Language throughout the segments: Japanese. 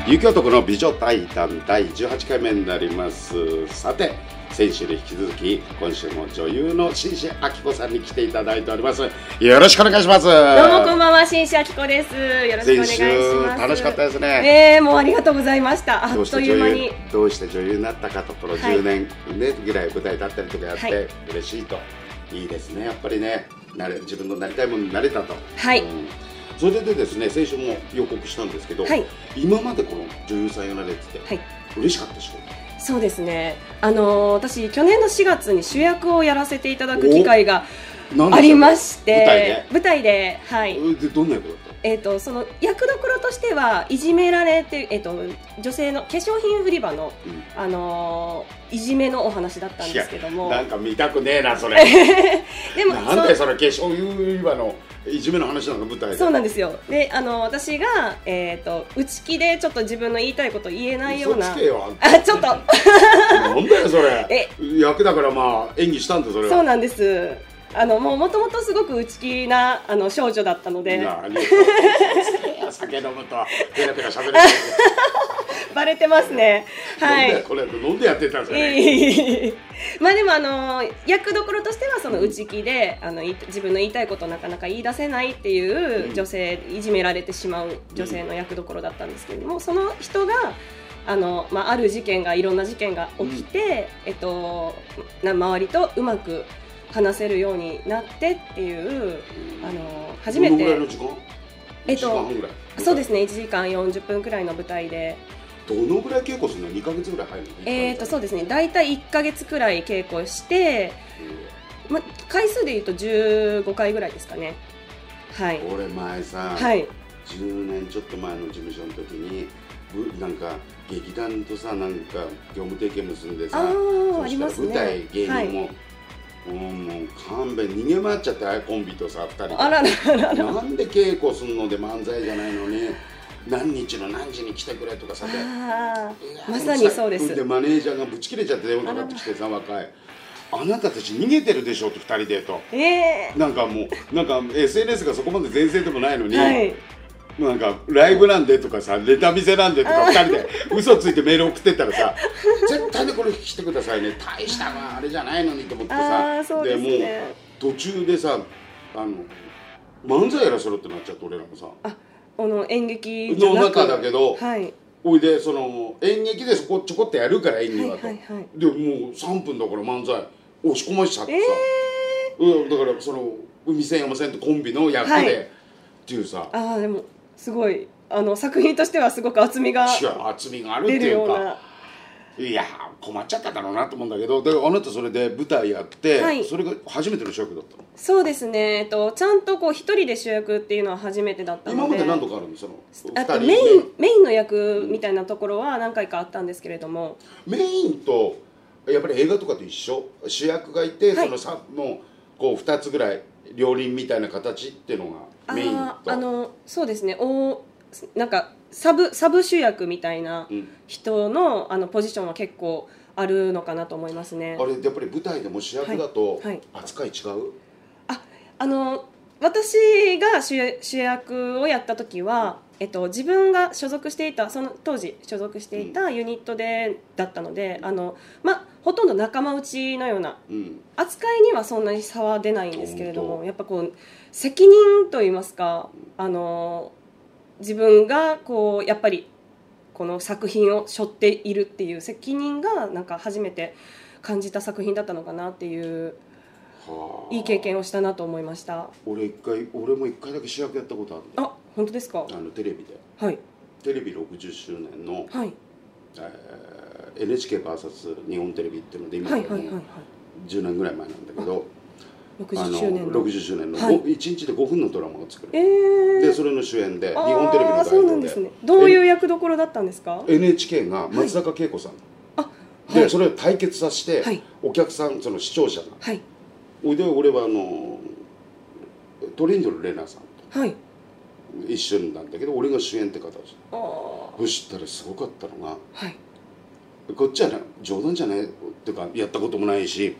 雪男の美女対談第18回目になります。さて、先週に引き続き今週も女優の新志明子さんに来ていただいております。よろしくお願いします。どうもこんばんは、新志明子です。よろしくお願いします。先週楽しかったですね。 もうありがとうございました。あっという間にどうして女優になったかと、この10年、ね、ぐらい舞台立ったりとかやって、嬉しいと。いいですね、やっぱりね、自分のなりたいものになれたと。 はい、 それでですね、先週も予告したんですけど、今までこの女優さんやられてて、嬉しかったでしょう。 そうですね、私去年の4月に主役をやらせていただく機会がありまして、舞台で、 でどんな役だった？ その役どころとしてはいじめられて、女性の化粧品売り場の、いじめのお話だったんですけども、 なんか見たくねえなそれでもなんでそれ化粧品売り場のいじめの話なの舞台で。 そうなんですよ。で私が、内気でちょっと自分の言いたいこと言えないような、ちょっとなんだよそれ役だからまあ演技したんだそれは。 そうなんです。もともとすごく内気な少女だったので、 酒飲むとペラペラ喋るバレてますね。はい。 これ飲んでやってたんですかね。 まあでも役どころとしてはその内気で自分の言いたいことをなかなか言い出せないっていう女性、いじめられてしまう女性の役どころだったんですけれども、その人がある事件がいろんな事件が起きて、周りとうまく話せるようになってっていう初めて。 どのぐらいの時間？1時間半ぐらい。 そうですね、1時間40分くらいの舞台で。 どのぐらい稽古するの？2ヶ月ぐらい入るの？ そうですね、大体1ヶ月くらい稽古して、回数でいうと15回ぐらいですかね。はい。 俺前さ、10年ちょっと前の事務所の時になんか劇団とさ、なんか業務提携結んでさ、そしたら舞台芸人ももう勘弁、逃げ回っちゃって、コンビとさ2人で。なんで稽古すんので漫才じゃないのに何日の何時に来てくれとかさ、 まさにそうです。 でマネージャーがぶち切れちゃって電話かかってきてさ、若いあなたたち逃げてるでしょって2人でと、なんかもうなんか SNS がそこまで全盛でもないのに、なんかライブなんでとかさ、ネタ見せなんでとか2人で嘘ついてメール送ってったらさ、絶対にこれ来てくださいね、大したあれじゃないのにと思ってさ、でもう途中でさ漫才やらせろってなっちゃって、俺らもさ演劇の中だけど、おいでその演劇でそこちょこっとやるから演技はと、でもう3分だから漫才押し込ましちゃってさ、だからその海線山線とコンビの役でっていうさ、 でもすごい作品としてはすごく厚みがあるっていうか、いや困っちゃっただろうなと思うんだけど、であなたそれで舞台やって、それが初めての主役だったの？ そうですね、ちゃんとこう一人で主役っていうのは初めてだったので。 今まで何度かあるんですよ。 メインの役みたいなところは何回かあったんですけれども、 メインとやっぱり映画とかと一緒、主役がいて、そのもうこう2つぐらい両輪みたいな形っていうのがメインと。 そうですね、なんかサブ主役みたいな人の、ポジションは結構あるのかなと思いますね。 あれやっぱり舞台でも主役だと扱い違う？ 私が主役をやった時は、自分が所属していた、その当時所属していたユニットだったので、ほとんど仲間内のような扱いにはそんなに差は出ないんですけれども、やっぱこう責任といいますか、自分がこうやっぱりこの作品を背負っているっていう責任がなんか初めて感じた作品だったのかなっていう、いい経験をしたなと思いました。 俺も1回だけ主役やったことある。 本当ですか？ テレビで、テレビ60周年の、NHKVS 日本テレビっていうので、今から10年ぐらい前なんだけど、60周年の1日で5分のドラマを作る、でそれの主演で日本テレビの代表で。 どういう役どころだったんですか？ NHK が松坂慶子さんで、それを対決させて、お客さん、その視聴者が、で俺はトリンドル玲奈さんと一緒なんだけど、俺が主演って形。そしたらすごかったのが、こっちは冗談じゃないっていうか、やったこともないし、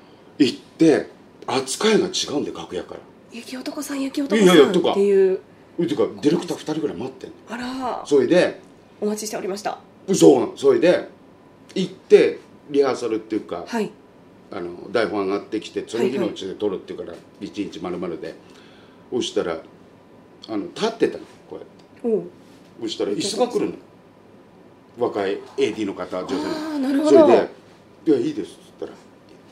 行って扱いが違うんで、楽屋から。 雪男さんっていうていうかディレクター2人ぐらい待ってんの。 あら、 それでお待ちしておりました。 そうなの。それで行ってリハーサルっていうか、 はい、 台本上がってきてその日のうちで撮るっていうから1日丸々で、そしたら立ってたのこうやって。そしたら椅子が来るの、若い AD の方、女性の。 なるほど。 それで「いやいいです」っつったら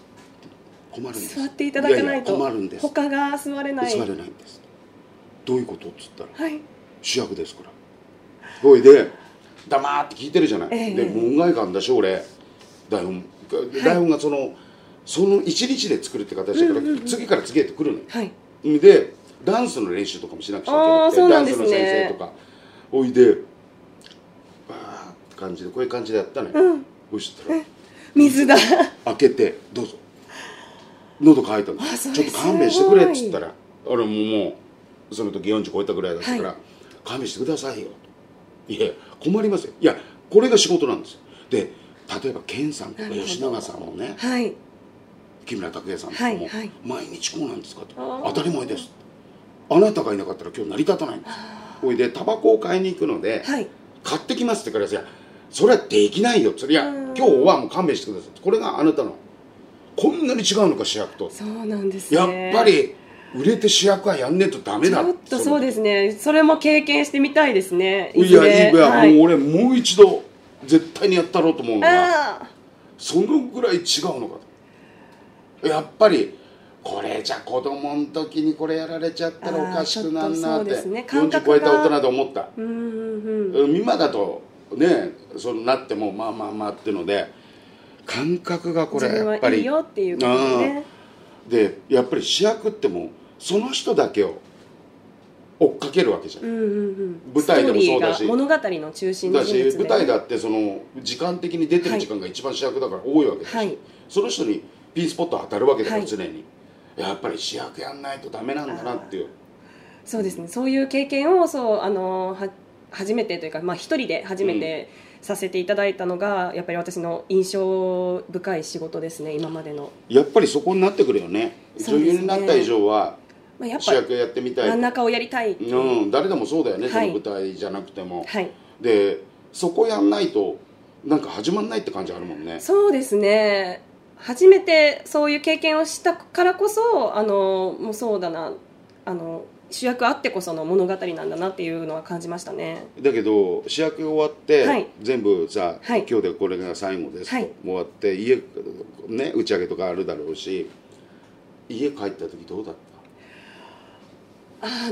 「困るんです」 座っていただかないと。 困るんです、 他が座れない。 座れないんです。どういうことっつったら 「はい、 主役ですから」。それで黙って聞いてるじゃない、で門外漢だし俺、台本がその一日で作るって形だから、次から次へと来るのよ、はい、でダンスの練習とかもしなくちゃいけなくて、ダンスの先生とかおいでバーって感じでこういう感じでやったのよ、そしたら水だ開けて「どうぞ喉乾いたの、ちょっと勘弁してくれ」っつったら、俺もうその時40超えたぐらいだったから「勘弁してくださいよ」と「いや困りますよ、いやこれが仕事なんですよ」で例えば健さんとか吉永さんもね、木村拓哉さんとかも「毎日こうなんですか」と「当たり前です」あなたがいなかったら今日成り立たないんです。おいでタバコを買いに行くので、買ってきますってから「いやそれはできないよ」って言ったら「いや今日はもう勘弁してください」これがあなたのこんなに違うのか主役と。 そうなんですね。 やっぱり売れて主役はやんねえとダメだ。 ちょっとそうですね。それも経験してみたいですね。 いやもう俺もう一度絶対にやったろうと思うのが、そのぐらい違うのかと。やっぱりこれじゃ子供の時にこれやられちゃったらおかしくなんなって40超えた大人で思った。今だとねそうなってもまあまあまあっていうので感覚がこれやっぱりいいよっていうことね。でやっぱり主役ってもうその人だけを追っかけるわけじゃん。舞台でもそうだし物語の中心だし、 舞台だってその時間的に出てる時間が一番主役だから多いわけだし、その人にピンスポット当たるわけだから常に。やっぱり主役やんないとダメなんだなっていう。 そうですね。そういう経験を初めてというか、一人で初めてさせていただいたのがやっぱり私の印象深い仕事ですね、今までの。 やっぱりそこになってくるよね。女優になった以上は主役やってみたい、 真ん中をやりたい。 誰でもそうだよね、その舞台じゃなくても。でそこやんないとなんか始まんないって感じあるもんね。 そうですね。初めてそういう経験をしたからこそもうそうだな、主役あってこその物語なんだなっていうのは感じましたね。 だけど主役終わって、全部さ、今日でこれが最後ですと、終わって家ね打ち上げとかあるだろうし、家帰った時どうだった？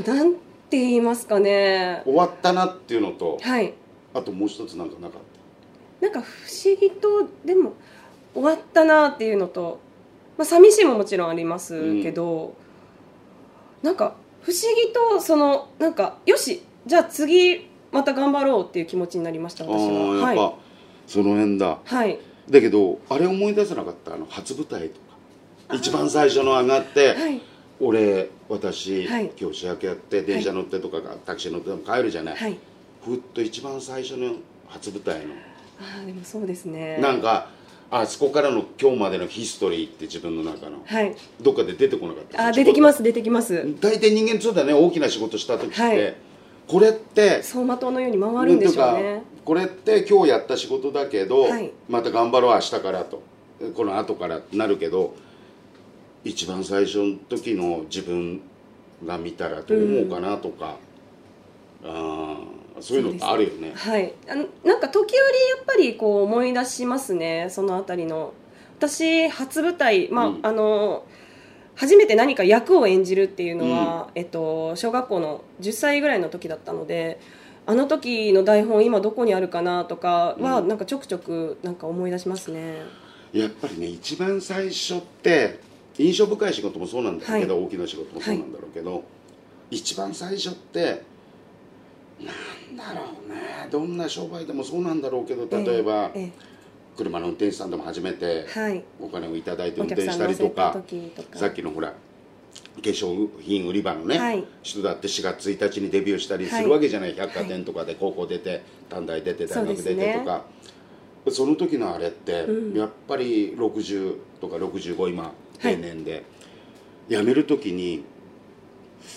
なんて言いますかね、 終わったなっていうのと、 あともう一つなんかなかった？ なんか不思議とでも終わったなっていうのと、寂しいももちろんありますけど、なんか不思議となんかよしじゃあ次また頑張ろうっていう気持ちになりました、私は。 やっぱ、その辺だ。だけどあれ思い出せなかった、初舞台とか一番最初の上がって、私、今日主役やって電車乗ってとかタクシー乗っても帰るじゃない、ふっと一番最初の初舞台のでもそうですね、 なんかそこからの今日までのヒストリーって自分の中の、どっかで出てこなかった？ 出てきます出てきます。 大体人間そうだね、大きな仕事した時って、これって走馬灯のように回るんでしょうね。 これって今日やった仕事だけど、また頑張ろう明日からと、この後からってなるけど、一番最初の時の自分が見たらどう思うかなとか、そういうのってあるよね。 なんか時折やっぱりこう思い出しますね、そのあたりの。私初舞台、初めて何か役を演じるっていうのは、小学校の10歳ぐらいの時だったので、あの時の台本今どこにあるかなとかは、なんかちょくちょくなんか思い出しますね。 やっぱりね、一番最初って印象深い仕事もそうなんだけど、大きな仕事もそうなんだろうけど、一番最初ってなんだろうね、どんな商売でもそうなんだろうけど、例えば、車の運転手さんでも初めてお金をいただいて運転したりとか、さっきのほら化粧品売り場のね、人だって4月1日にデビューしたりするわけじゃない、百貨店とかで高校出て短大出て大学出てとか、その時のあれって、やっぱり60とか65今定年で、辞める時に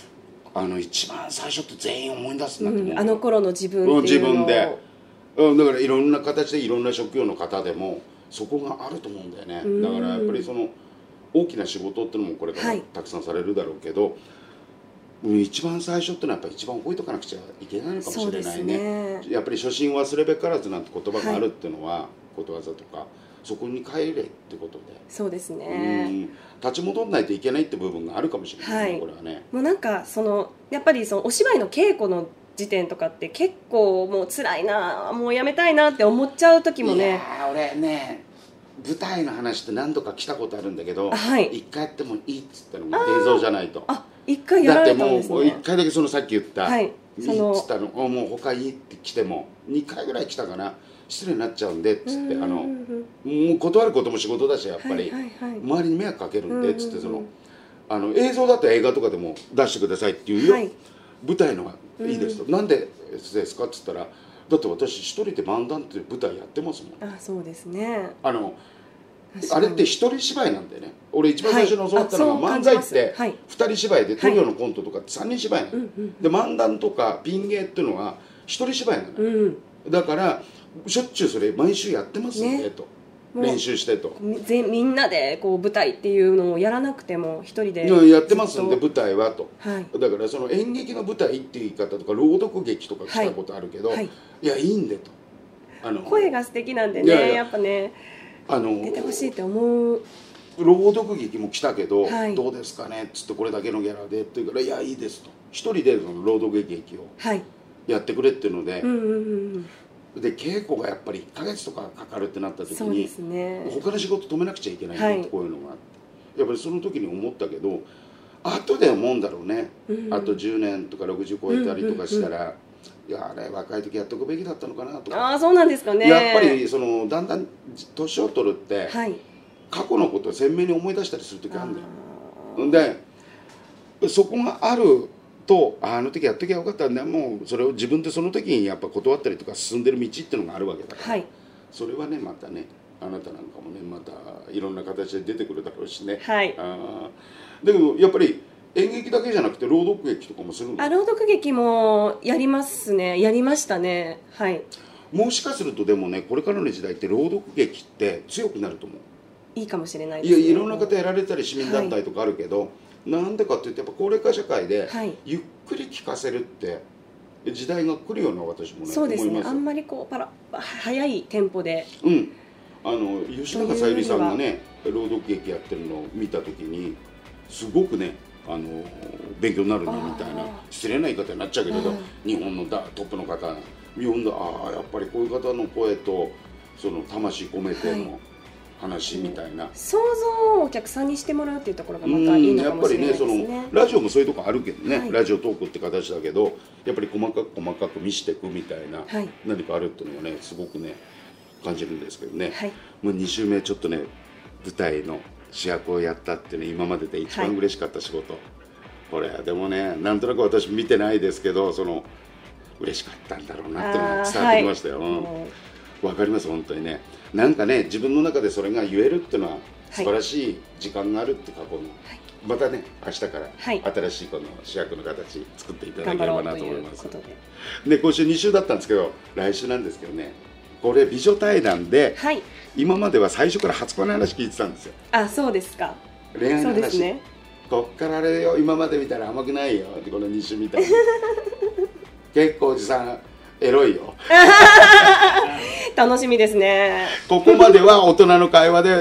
一番最初って全員思い出すんだと思う、 あの頃の自分っていうのを、 自分で、だからいろんな形でいろんな職業の方でもそこがあると思うんだよね。だからやっぱりその大きな仕事っていうのもこれからたくさんされるだろうけど、一番最初ってのはやっぱり一番覚えておかなくちゃいけないのかもしれないね。やっぱり初心忘れべからずなんて言葉があるっていうのは、ことわざとかそこに帰れってことで、 そうですね、 立ち戻らないといけないって部分があるかもしれないね、これはね。 もうなんかやっぱりお芝居の稽古の時点とかって結構もう辛いな、もうやめたいなって思っちゃう時もね。 いや俺ね、舞台の話って何度か来たことあるんだけど、一回やってもいいっつったのが映像じゃないと。 一回やられたんですね。 だってもう一回だけさっき言ったいいっつったの、もう他いいって来ても2回ぐらい来たかな、失礼になっちゃうんでっつって、もう断ることも仕事だしやっぱり周りに迷惑かけるんでっつって、映像だったら映画とかでも出してくださいっていうよ、舞台のがいいですと、なんでですかっつったら、だって私一人で漫談っていう舞台やってますもん。 そうですね。 あれって一人芝居なんだよね。俺一番最初に教わったのが、漫才って二人芝居で、トリオのコントとかって3人芝居なの。で漫談とかピン芸っていうのは一人芝居なの。だからしょっちゅうそれ毎週やってますんでと、練習してと、 みんなでこう舞台っていうのをやらなくても一人でやってますんで舞台はと、だからその演劇の舞台っていう言い方とか朗読劇とかしたことあるけど、いやいいんでと、 声が素敵なんでね、やっぱね出てほしいって思う。 朗読劇も来たけど、どうですかねっつって、これだけのギャラでって言うから、いやいいですと、一人でその朗読劇をやってくれっていうので、で稽古がやっぱり1ヶ月とかかかるってなった時に、他の仕事止めなくちゃいけないって、こういうのがあって、やっぱりその時に思ったけど、後で思うんだろうね、あと10年とか60超えたりとかしたら、いやあれ若い時やっとくべきだったのかなとか。 そうなんですかね。 やっぱりだんだん年を取るって、過去のことを鮮明に思い出したりする時あるんだよ。でそこがあると、あの時やっときゃよかったんだよ、もうそれを自分でその時にやっぱ断ったりとか進んでる道っていうのがあるわけだから、それはねまたね、あなたなんかもねまたいろんな形で出てくるだろうしね。でもやっぱり演劇だけじゃなくて朗読劇とかもするの？ 朗読劇もやりますね、やりましたね。 もしかするとでもね、これからの時代って朗読劇って強くなると思う。 いいかもしれないですね。 いろんな方やられたり市民団体とかあるけど、なんでかって言ってやっぱ高齢化社会でゆっくり聞かせるって時代が来るような、私もねそうですね。あんまりこう早いテンポで、 吉永小百合さんがね朗読劇やってるのを見た時にすごくね勉強になるねみたいな、失礼な言い方になっちゃうけれど、日本のトップの方読んだ、やっぱりこういう方の声とその魂込めての話みたいな、 想像をお客さんにしてもらうっていうところがまたいいのかもしれないですね。 やっぱりね、ラジオもそういうとこあるけどね、ラジオトークって形だけど、やっぱり細かく見していくみたいな、何かあるっていうのがねすごくね感じるんですけどね。もう2週目ちょっとね舞台の主役をやったってね、今までで一番嬉しかった仕事、これでもねなんとなく私見てないですけど、嬉しかったんだろうなっていうのが伝わってきましたよ。わかります、本当にね。なんかね、自分の中でそれが言えるっていうのは素晴らしい時間があるって過去の、またね明日から新しいこの主役の形作っていただければなと思います。で今週2週だったんですけど、来週なんですけどね、これ美女対談で、今までは最初から初恋の話聞いてたんですよ。 そうですか。 恋愛の話、こっからあれよ、今まで見たら甘くないよって、この2週みたいに結構おじさんエロいよ楽しみですね。 ここまでは大人の会話で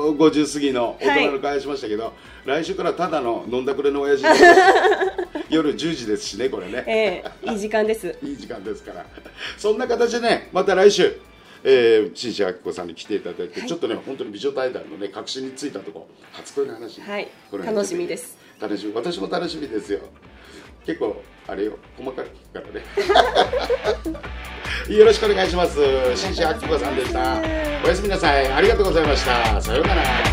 50過ぎの大人の会話しましたけど、来週からただの飲んだくれの親父夜10時ですしね、これね、 いい時間ですいい時間ですから、そんな形でね、また来週新志明子さんに来ていただいて、ちょっとね本当に美女対談のね核心についたところ、初恋の話、 楽しみです。 私も楽しみですよ。結構あれよ、細かく聞くからねよろしくお願いします。新志明子さんでした。おやすみなさい。ありがとうございました。さようなら。